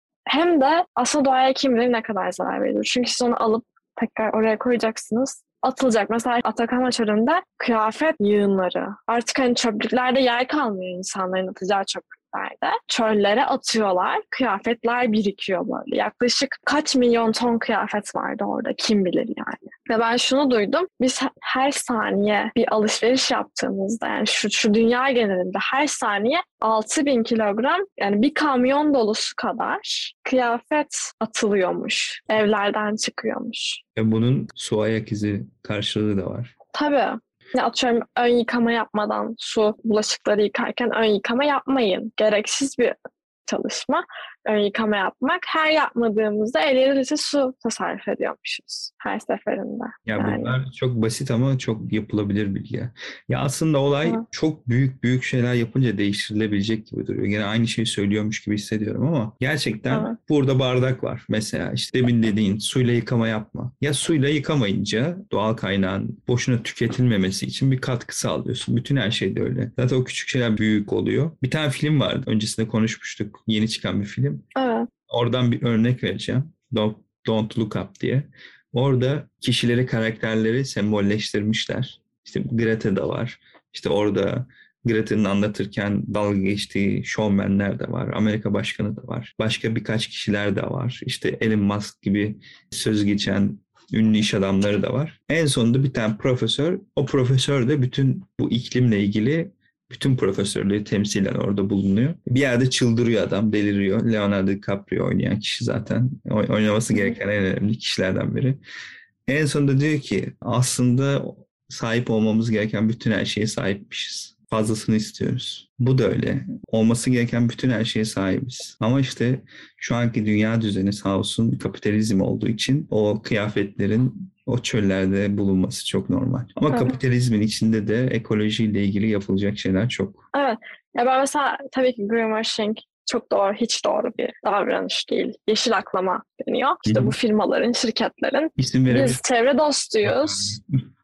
Hem de aslında doğaya kim bilir ne kadar zarar veriyor. Çünkü siz onu alıp tekrar oraya koyacaksınız. Atılacak. Mesela Atakan çölünde kıyafet yığınları. Artık hani çöplüklerde yer kalmıyor insanların atacağı çöplüklerde. Çöllere atıyorlar. Kıyafetler birikiyor böyle. Yaklaşık kaç milyon ton kıyafet vardı orada. Kim bilir yani. Ve ben şunu duydum. Biz her saniye bir alışveriş yaptığımızda, yani şu dünya genelinde her saniye 6.000 kilogram, yani bir kamyon dolusu kadar kıyafet atılıyormuş. Evlerden çıkıyormuş. Ve bunun su ayak izi karşılığı da var. Tabii. Ya atıyorum, ön yıkama yapmadan bulaşıkları yıkarken ön yıkama yapmayın. Gereksiz bir çalışma. Ön yıkama yapmak. Her yapmadığımızda 50 litre su tasarruf ediyormuşuz her seferinde. Ya yani. bunlar çok basit ama çok yapılabilir bilgi. Ya aslında olay çok büyük şeyler yapınca değiştirilebilecek gibi duruyor. Gene aynı şeyi söylüyormuş gibi hissediyorum ama gerçekten burada bardak var. Mesela işte demin dediğin suyla yıkama yapma. Ya suyla yıkamayınca doğal kaynağın boşuna tüketilmemesi için bir katkı sağlıyorsun. Bütün her şey de öyle. Zaten o küçük şeyler büyük oluyor. Bir tane film vardı. Öncesinde konuşmuştuk. Yeni çıkan bir film. Evet. Oradan bir örnek vereceğim. Don't Look Up diye. Orada kişileri, karakterleri sembolleştirmişler. İşte Greta da var. İşte orada Greta'nın anlatırken dalga geçtiği showmanler de var. Amerika Başkanı da var. Başka birkaç kişiler de var. İşte Elon Musk gibi söz geçen ünlü iş adamları da var. En sonunda bir tane profesör. O profesör de bütün bu iklimle ilgili bütün profesörlüğü temsilen orada bulunuyor. Bir yerde çıldırıyor adam, deliriyor. Leonardo DiCaprio oynayan kişi zaten. Oynaması gereken en önemli kişilerden biri. En sonunda diyor ki aslında sahip olmamız gereken bütün her şeye sahipmişiz. Fazlasını istiyoruz. Bu da öyle. Olması gereken bütün her şeye sahibiz. Ama işte şu anki dünya düzeni sağ olsun kapitalizm olduğu için o kıyafetlerin o çöllerde bulunması çok normal. Ama kapitalizmin içinde de ekolojiyle ilgili yapılacak şeyler çok. Evet. Ya ben mesela tabii ki greenwashing çok doğru, hiç doğru bir davranış değil. Yeşil aklama deniyor. İşte bu firmaların, şirketlerin. Biz çevre dostuyuz.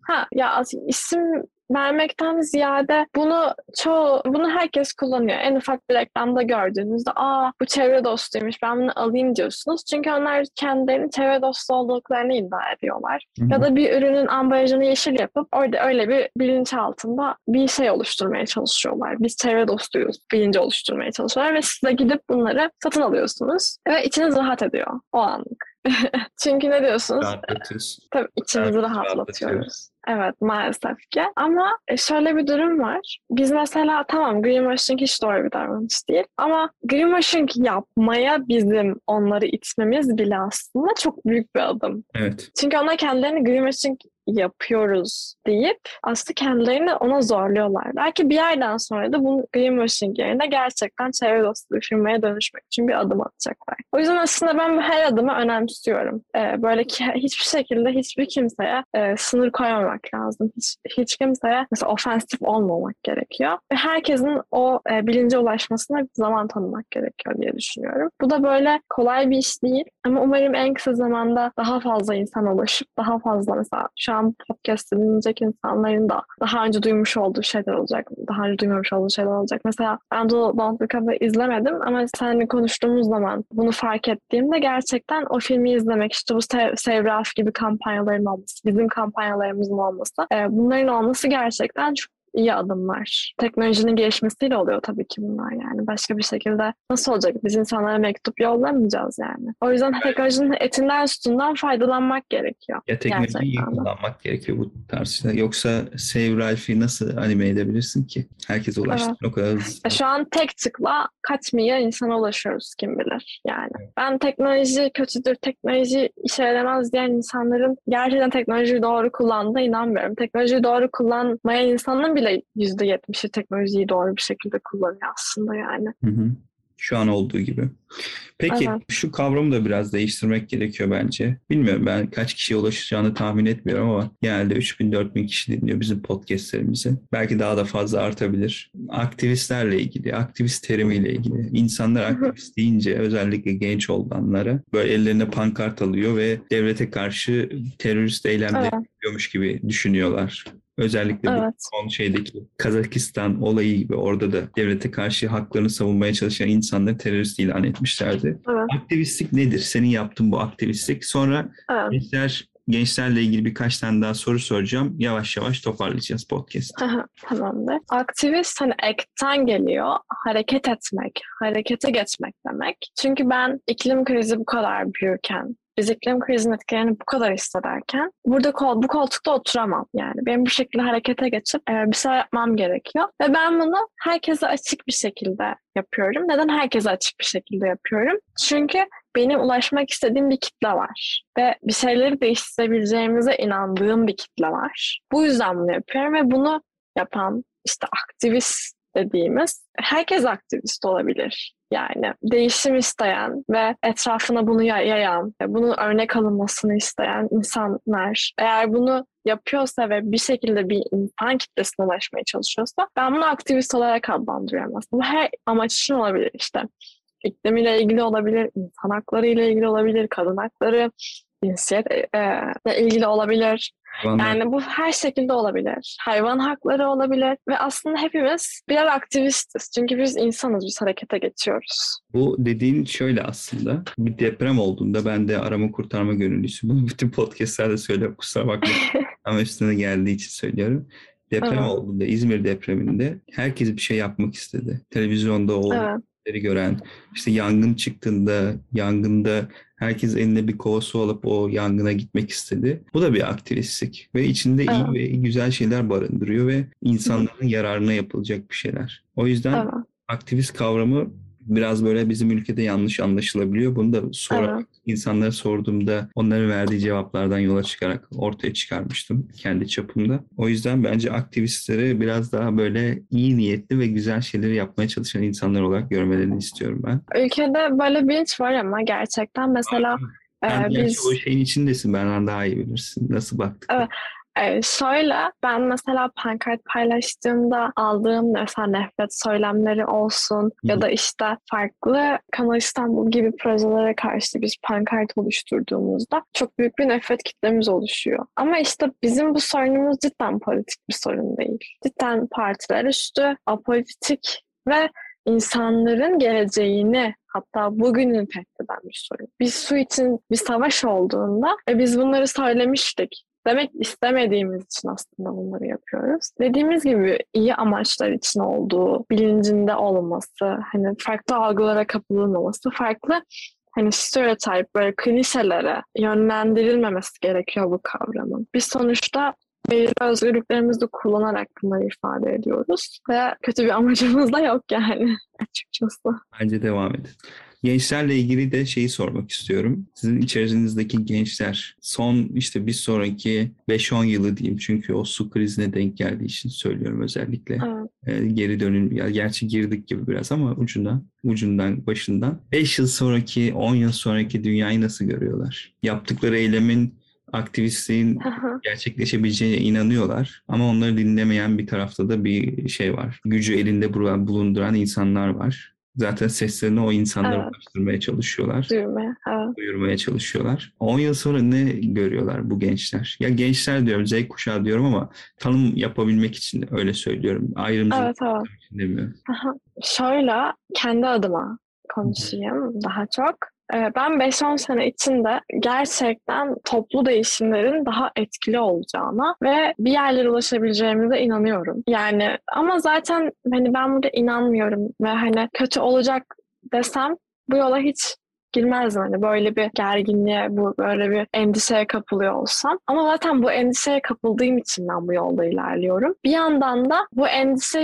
İsim vermekten ziyade bunu herkes kullanıyor. En ufak bir reklamda gördüğünüzde bu çevre dostuymuş, ben bunu alayım diyorsunuz. Çünkü onlar kendilerinin çevre dostu olduklarını iddia ediyorlar. Ya da bir ürünün ambalajını yeşil yapıp orada öyle bir bilinç altında bir şey oluşturmaya çalışıyorlar. Biz çevre dostuyuz bilinci oluşturmaya çalışıyorlar ve siz de gidip bunları satın alıyorsunuz ve içiniz rahat ediyor o anlık. Çünkü ne diyorsunuz? Tabii içimizi rahatlatıyoruz. Evet, maalesef ki. Ama şöyle bir durum var. Biz mesela tamam, greenwashing hiç doğru bir davranış değil. Ama greenwashing yapmaya bizim onları itmemiz bile aslında çok büyük bir adım. Evet. Çünkü onlar kendilerini greenwashing yapıyoruz deyip aslında kendilerini ona zorluyorlar. Belki bir yerden sonra da bu greenwashing yerine gerçekten çevre dostu firmaya dönüşmek için bir adım atacaklar. O yüzden aslında ben her adımı önemsiyorum. Böyle ki hiçbir şekilde hiçbir kimseye sınır koymamak lazım. Hiç kimseye mesela ofensif olmamak gerekiyor. Ve herkesin o bilince ulaşmasına bir zaman tanımak gerekiyor diye düşünüyorum. Bu da böyle kolay bir iş değil. Ama umarım en kısa zamanda daha fazla insana ulaşıp daha fazla mesela şu an podcast'ı dinleyecek insanların da daha önce duymuş olduğu şeyler olacak. Daha önce duymamış olduğu şeyler olacak. Mesela ben Don't Look Up'ı izlemedim ama seninle konuştuğumuz zaman bunu fark ettiğimde gerçekten o filmi izlemek, işte bu Save Ralph gibi kampanyaların olması, bizim kampanyalarımızın olması, bunların olması gerçekten çok iyi adımlar. Teknolojinin gelişmesiyle oluyor tabii ki bunlar yani. Başka bir şekilde nasıl olacak? Biz insanlara mektup yollamayacağız yani. O yüzden teknolojinin etinden sütünden faydalanmak gerekiyor. Ya teknolojiyi iyi kullanmak gerekiyor bu tarzda. Yoksa Save Ralph'i nasıl anime edebilirsin ki? Herkese ulaştı. Evet. O kadar hızlı. Şu an tek tıkla kaç milyar insana ulaşıyoruz kim bilir yani. Evet. Ben teknoloji kötüdür, teknoloji işe yaramaz diyen insanların gerçekten teknolojiyi doğru kullandığına inanmıyorum. Teknolojiyi doğru kullanmayan insanın bile bile %70'i teknolojiyi doğru bir şekilde kullanıyor aslında yani. Hı hı. Şu an olduğu gibi. Peki Evet. şu kavramı da biraz değiştirmek gerekiyor bence. Bilmiyorum, ben kaç kişiye ulaşacağını tahmin etmiyorum ama genelde 3000-4000 kişi dinliyor bizim podcastlerimizi. Belki daha da fazla artabilir. Aktivistlerle ilgili, aktivist terimiyle ilgili. İnsanlar aktivist deyince özellikle genç olanlara böyle ellerine pankart alıyor ve devlete karşı terörist eylemleri Evet. yapıyormuş gibi düşünüyorlar. Özellikle bu Evet. son şeydeki Kazakistan olayı gibi, orada da devlete karşı haklarını savunmaya çalışan insanları terörist ilan etmişlerdi. Evet. Aktivistlik nedir? Senin yaptığın bu aktivistlik. Sonra Evet. gençlerle ilgili birkaç tane daha soru soracağım. Yavaş yavaş toparlayacağız podcast'ı. Tamamdır. Aktivist hani ekten geliyor. Hareket etmek, harekete geçmek demek. Çünkü ben iklim krizi bu kadar büyürken, biz iklim krizinin etkilerini bu kadar hissederken burada bu koltukta oturamam yani. Benim bu şekilde harekete geçip bir şey yapmam gerekiyor. Ve ben bunu herkese açık bir şekilde yapıyorum. Neden herkese açık bir şekilde yapıyorum? Çünkü benim ulaşmak istediğim bir kitle var. Ve bir şeyleri değiştirebileceğimize inandığım bir kitle var. Bu yüzden bunu yapıyorum ve bunu yapan işte aktivist dediğimiz herkes aktivist olabilir. Yani değişim isteyen ve etrafına bunu yayan, bunun örnek alınmasını isteyen insanlar eğer bunu yapıyorsa ve bir şekilde bir insan kitlesine ulaşmaya çalışıyorsa ben bunu aktivist olarak adlandırıyorum aslında. Bu her amaç için olabilir işte. İklimiyle ilgili olabilir, insan hakları ile ilgili olabilir, kadın hakları, cinsiyetle ilgili olabilir. Hayvanlar. Yani bu her şekilde olabilir. Hayvan hakları olabilir ve aslında hepimiz birer aktivistiz. Çünkü biz insanız, biz harekete geçiyoruz. Bu dediğin şöyle aslında. Bir deprem olduğunda ben de arama kurtarma gönüllüsü. Bunu bütün podcastlerde söylüyorum. Kusura bakmayın. Ama üstüne geldiği için söylüyorum. Deprem Evet, olduğunda, İzmir depreminde herkes bir şey yapmak istedi. Televizyonda o evet, gören, işte yangın çıktığında, yangında herkes eline bir kova su alıp o yangına gitmek istedi. Bu da bir aktivistlik ve içinde iyi evet, ve güzel şeyler barındırıyor ve insanların yararına yapılacak bir şeyler. O yüzden evet, aktivist kavramı biraz böyle bizim ülkede yanlış anlaşılabiliyor. Bunu da evet. insanlara sorduğumda onların verdiği cevaplardan yola çıkarak ortaya çıkarmıştım kendi çapımda. O yüzden bence aktivistleri biraz daha böyle iyi niyetli ve güzel şeyleri yapmaya çalışan insanlar olarak görmelerini istiyorum ben. Ülkede böyle bilinç var ama gerçekten mesela Sen gerçi o biz şeyin içindesin, benden daha iyi bilirsin nasıl baktıkları. evet, şöyle ben mesela pankart paylaştığımda aldığım mesela nefret söylemleri olsun ya da işte farklı Kanal İstanbul gibi projelere karşı biz pankart oluşturduğumuzda çok büyük bir nefret kitlemiz oluşuyor. Ama işte bizim bu sorunumuz cidden politik bir sorun değil. Cidden partiler üstü, apolitik ve insanların geleceğini hatta bugününü tehdit eden bir sorun. Bir su için bir savaş olduğunda biz bunları söylemiştik. Demek istemediğimiz için aslında bunları yapıyoruz. Dediğimiz gibi iyi amaçlar için olduğu bilincinde olması, hani farklı algılara kapılmaması, farklı hani stereotip, böyle klişelere yönlendirilmemesi gerekiyor bu kavramın. Biz sonuçta belirli özgürlüklerimizi kullanarak bunları ifade ediyoruz ve kötü bir amacımız da yok yani açıkçası. Bence devam edin. Gençlerle ilgili de şeyi sormak istiyorum. Sizin içerisinizdeki gençler son işte bir sonraki 5-10 yılı diyeyim, çünkü o su krizine denk geldiği için söylüyorum özellikle. Evet. Geri dönün, ya gerçi girdik gibi biraz ama ucundan başından. 5 yıl sonraki, 10 yıl sonraki dünyayı nasıl görüyorlar? Yaptıkları eylemin, aktivistliğin gerçekleşebileceğine inanıyorlar ama onları dinlemeyen bir tarafta da bir şey var. Gücü elinde bulunduran insanlar var. Zaten seslerini o insanlara Evet, ulaştırmaya çalışıyorlar. düğme. Evet. Duyurmaya çalışıyorlar. 10 yıl sonra ne görüyorlar bu gençler? Ya gençler diyorum, Z kuşağı diyorum ama tanım yapabilmek için öyle söylüyorum. Ayrımcılık Evet, evet. için demiyorum. Aha. Şöyle kendi adıma konuşayım daha çok. Ben 5-10 sene içinde gerçekten toplu değişimlerin daha etkili olacağına ve bir yerlere ulaşabileceğimize inanıyorum. Yani ama zaten hani ben burada inanmıyorum ve hani kötü olacak desem bu yola hiç girmezdim. Hani böyle bir gerginliğe, bu böyle bir endişeye kapılıyor olsam. Ama zaten bu endişeye kapıldığım için ben bu yolda ilerliyorum. Bir yandan da bu endişeyi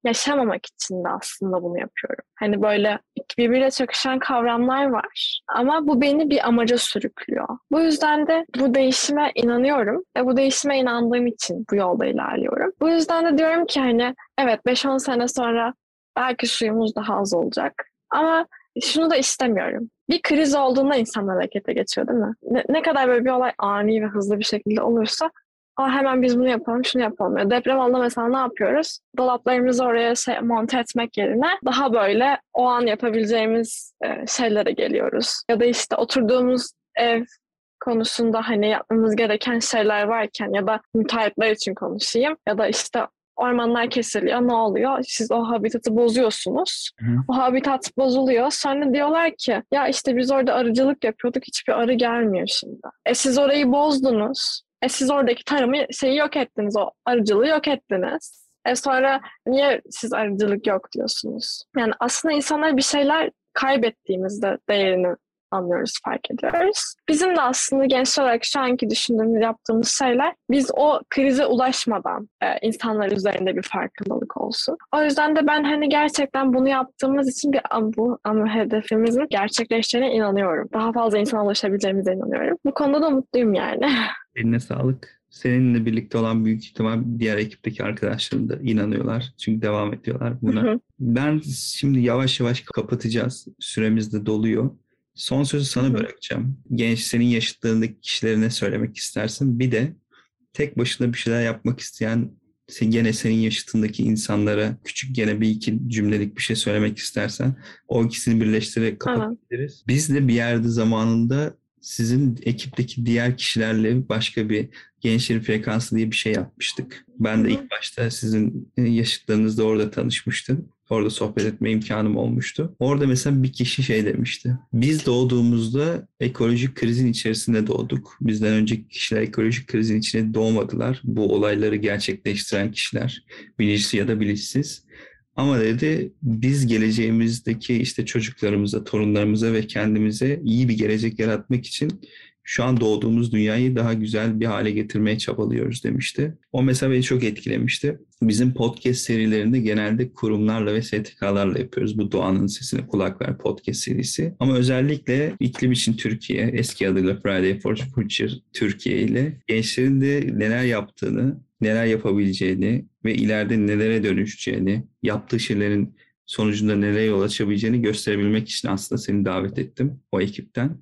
yaşamamak için de aslında bunu yapıyorum. Hani böyle birbiriyle çakışan kavramlar var ama bu beni bir amaca sürüklüyor. Bu yüzden de bu değişime inanıyorum ve bu değişime inandığım için bu yolda ilerliyorum. Bu yüzden de diyorum ki hani evet 5-10 sene sonra belki suyumuz daha az olacak ama şunu da istemiyorum. Bir kriz olduğunda insanlar harekete geçiyor değil mi? Ne kadar böyle bir olay ani ve hızlı bir şekilde olursa hemen biz bunu yapalım, şunu yapalım. Ya deprem olduğunda mesela ne yapıyoruz? Dolaplarımızı oraya monte etmek yerine daha böyle o an yapabileceğimiz şeylere geliyoruz. Ya da işte oturduğumuz ev konusunda hani yapmamız gereken şeyler varken ya da müteahhitler için konuşayım ya da işte ormanlar kesiliyor. Ne oluyor? Siz o habitatı bozuyorsunuz. Hı. O habitat bozuluyor. Sonra diyorlar ki ya işte biz orada arıcılık yapıyorduk. Hiçbir arı gelmiyor şimdi. Siz orayı bozdunuz. Siz oradaki tarımı yok ettiniz. O arıcılığı yok ettiniz. Sonra niye siz arıcılık yok diyorsunuz? Yani aslında insanlar bir şeyler kaybettiğimizde değerini anlıyoruz, fark ediyoruz. Bizim de aslında gençler olarak şu anki düşündüğümüz, yaptığımız şeyler biz o krize ulaşmadan insanlar üzerinde bir farkındalık olsun. O yüzden de ben hani gerçekten bunu yaptığımız için bu hedefimizin gerçekleşeceğine inanıyorum. Daha fazla insana ulaşabileceğimize inanıyorum. Bu konuda da mutluyum yani. Eline sağlık. Seninle birlikte olan büyük ihtimal diğer ekipteki arkadaşlarım da inanıyorlar. Çünkü devam ediyorlar buna. Ben şimdi yavaş yavaş kapatacağız. Süremiz de doluyor. Son sözü sana bırakacağım. Genç, senin yaşıtlarındaki kişilere ne söylemek istersin? Bir de tek başına bir şeyler yapmak isteyen, gene senin yaşıtındaki insanlara küçük gene bir iki cümlelik bir şey söylemek istersen o ikisini birleştirerek kapatabiliriz. Biz de bir yerde zamanında sizin ekipteki diğer kişilerle başka bir gençlerin frekansı diye bir şey yapmıştık. Ben de ilk başta sizin yaşıtlarınızla orada tanışmıştım. Orada sohbet etme imkanım olmuştu. Orada mesela bir kişi şey demişti. Biz doğduğumuzda ekolojik krizin içerisinde doğduk. Bizden önceki kişiler ekolojik krizin içine doğmadılar. Bu olayları gerçekleştiren kişiler. Bilinçli ya da bilinçsiz. Ama dedi biz geleceğimizdeki işte çocuklarımıza, torunlarımıza ve kendimize iyi bir gelecek yaratmak için şu an doğduğumuz dünyayı daha güzel bir hale getirmeye çabalıyoruz demişti. O mesela beni çok etkilemişti. Bizim podcast serilerinde genelde kurumlarla ve STK'larla yapıyoruz. Bu Doğanın Sesine Kulak Ver podcast serisi. Ama özellikle İklim için Türkiye, eski adıyla Friday for Future Türkiye ile gençlerin de neler yaptığını, neler yapabileceğini ve ileride nelere dönüşeceğini, yaptığı şeylerin sonucunda nelere yol açabileceğini gösterebilmek için aslında seni davet ettim o ekipten.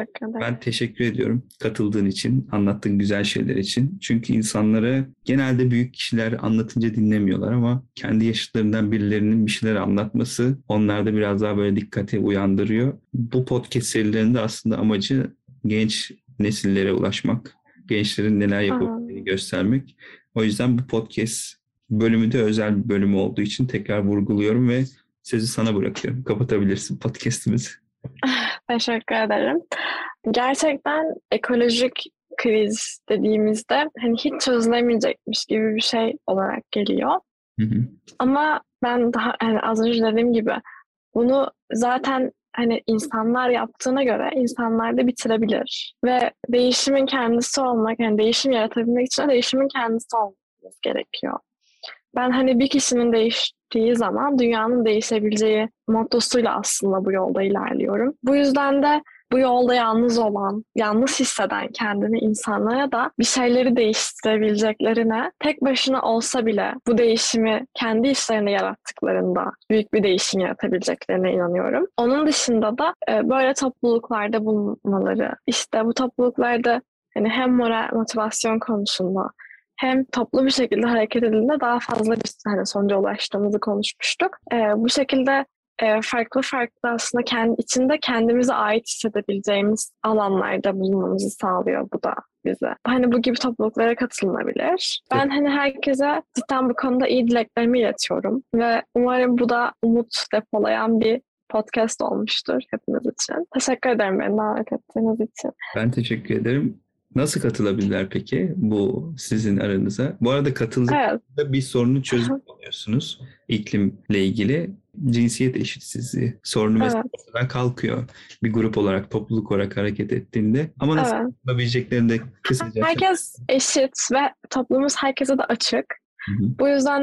Ben teşekkür ediyorum katıldığın için, anlattığın güzel şeyler için. Çünkü insanlara genelde büyük kişiler anlatınca dinlemiyorlar ama kendi yaşıtlarından birilerinin bir şeyler anlatması onlarda biraz daha böyle dikkati uyandırıyor. Bu podcast serilerinde aslında amacı genç nesillere ulaşmak, gençlerin neler yapabildiğini göstermek. O yüzden bu podcast bölümü de özel bir bölümü olduğu için tekrar vurguluyorum ve sözü sana bırakıyorum. Kapatabilirsin podcast'imizi. Teşekkür ederim. Gerçekten ekolojik kriz dediğimizde hani hiç çözülemeyecekmiş gibi bir şey olarak geliyor. Ama ben daha hani az önce dediğim gibi bunu zaten hani insanlar yaptığına göre insanlar da bitirebilir. Ve değişimin kendisi olmak, yani değişim yaratabilmek için değişimin kendisi olmamız gerekiyor. Ben hani bir kişinin değiştiği zaman dünyanın değişebileceği mottosuyla aslında bu yolda ilerliyorum. Bu yüzden de bu yolda yalnız olan, yalnız hisseden kendini insanlara da bir şeyleri değiştirebileceklerine tek başına olsa bile bu değişimi kendi işlerinde yarattıklarında büyük bir değişim yaratabileceklerine inanıyorum. Onun dışında da böyle topluluklarda bulunmaları, işte bu topluluklarda hani hem moral, motivasyon konusunda hem toplu bir şekilde hareket edildiğinde daha fazla bir sonuca ulaştığımızı konuşmuştuk. Bu şekilde farklı aslında içinde kendimize ait hissedebileceğimiz alanlarda bulunmamızı sağlıyor bu da bize. Hani bu gibi topluluklara katılınabilir. Ben hani herkese cidden bu konuda iyi dileklerimi iletiyorum ve umarım bu da umut depolayan bir podcast olmuştur hepimiz için. Teşekkür ederim beni davet ettiğiniz için. Ben teşekkür ederim. Nasıl katılabilirler peki bu sizin aranıza? Bu arada katıldıklarında bir sorunu çözüm oluyorsunuz iklimle ilgili. Cinsiyet eşitsizliği sorunu mesela kalkıyor bir grup olarak, topluluk olarak hareket ettiğinde. Ama nasıl yapabileceklerini de kısaca... Herkes eşit ve toplumumuz herkese de açık. Bu yüzden de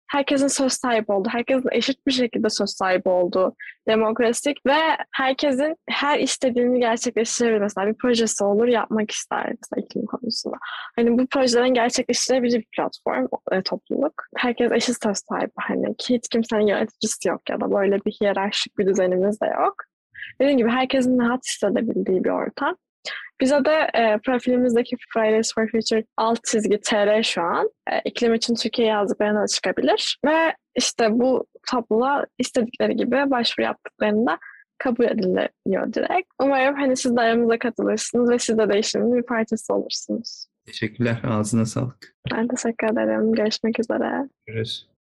herkesin söz sahibi olduğu, herkesin eşit bir şekilde söz sahibi olduğu, demokratik ve herkesin her istediğini gerçekleştirebilir. Mesela bir projesi olur, yapmak ister mesela iklim konusunda. Hani bu projelerin gerçekleştirebilir bir platform, topluluk. Herkes eşit söz sahibi. Hani ki hiç kimsenin yöneticisi yok ya da böyle bir hiyerarşik bir düzenimiz de yok. Dediğim gibi herkesin rahat hissedebildiği bir ortam. Bize de profilimizdeki Fridays for Future _TR şu an. İklim için Türkiye yazdıklarına da çıkabilir. Ve işte bu topluluğa istedikleri gibi başvuru yaptıklarında kabul ediliyor direkt. Umarım hani siz de aramıza katılırsınız ve siz de değişimin bir parçası olursunuz. Teşekkürler. Ağzına sağlık. Ben teşekkür ederim. Görüşmek üzere. Görüşürüz.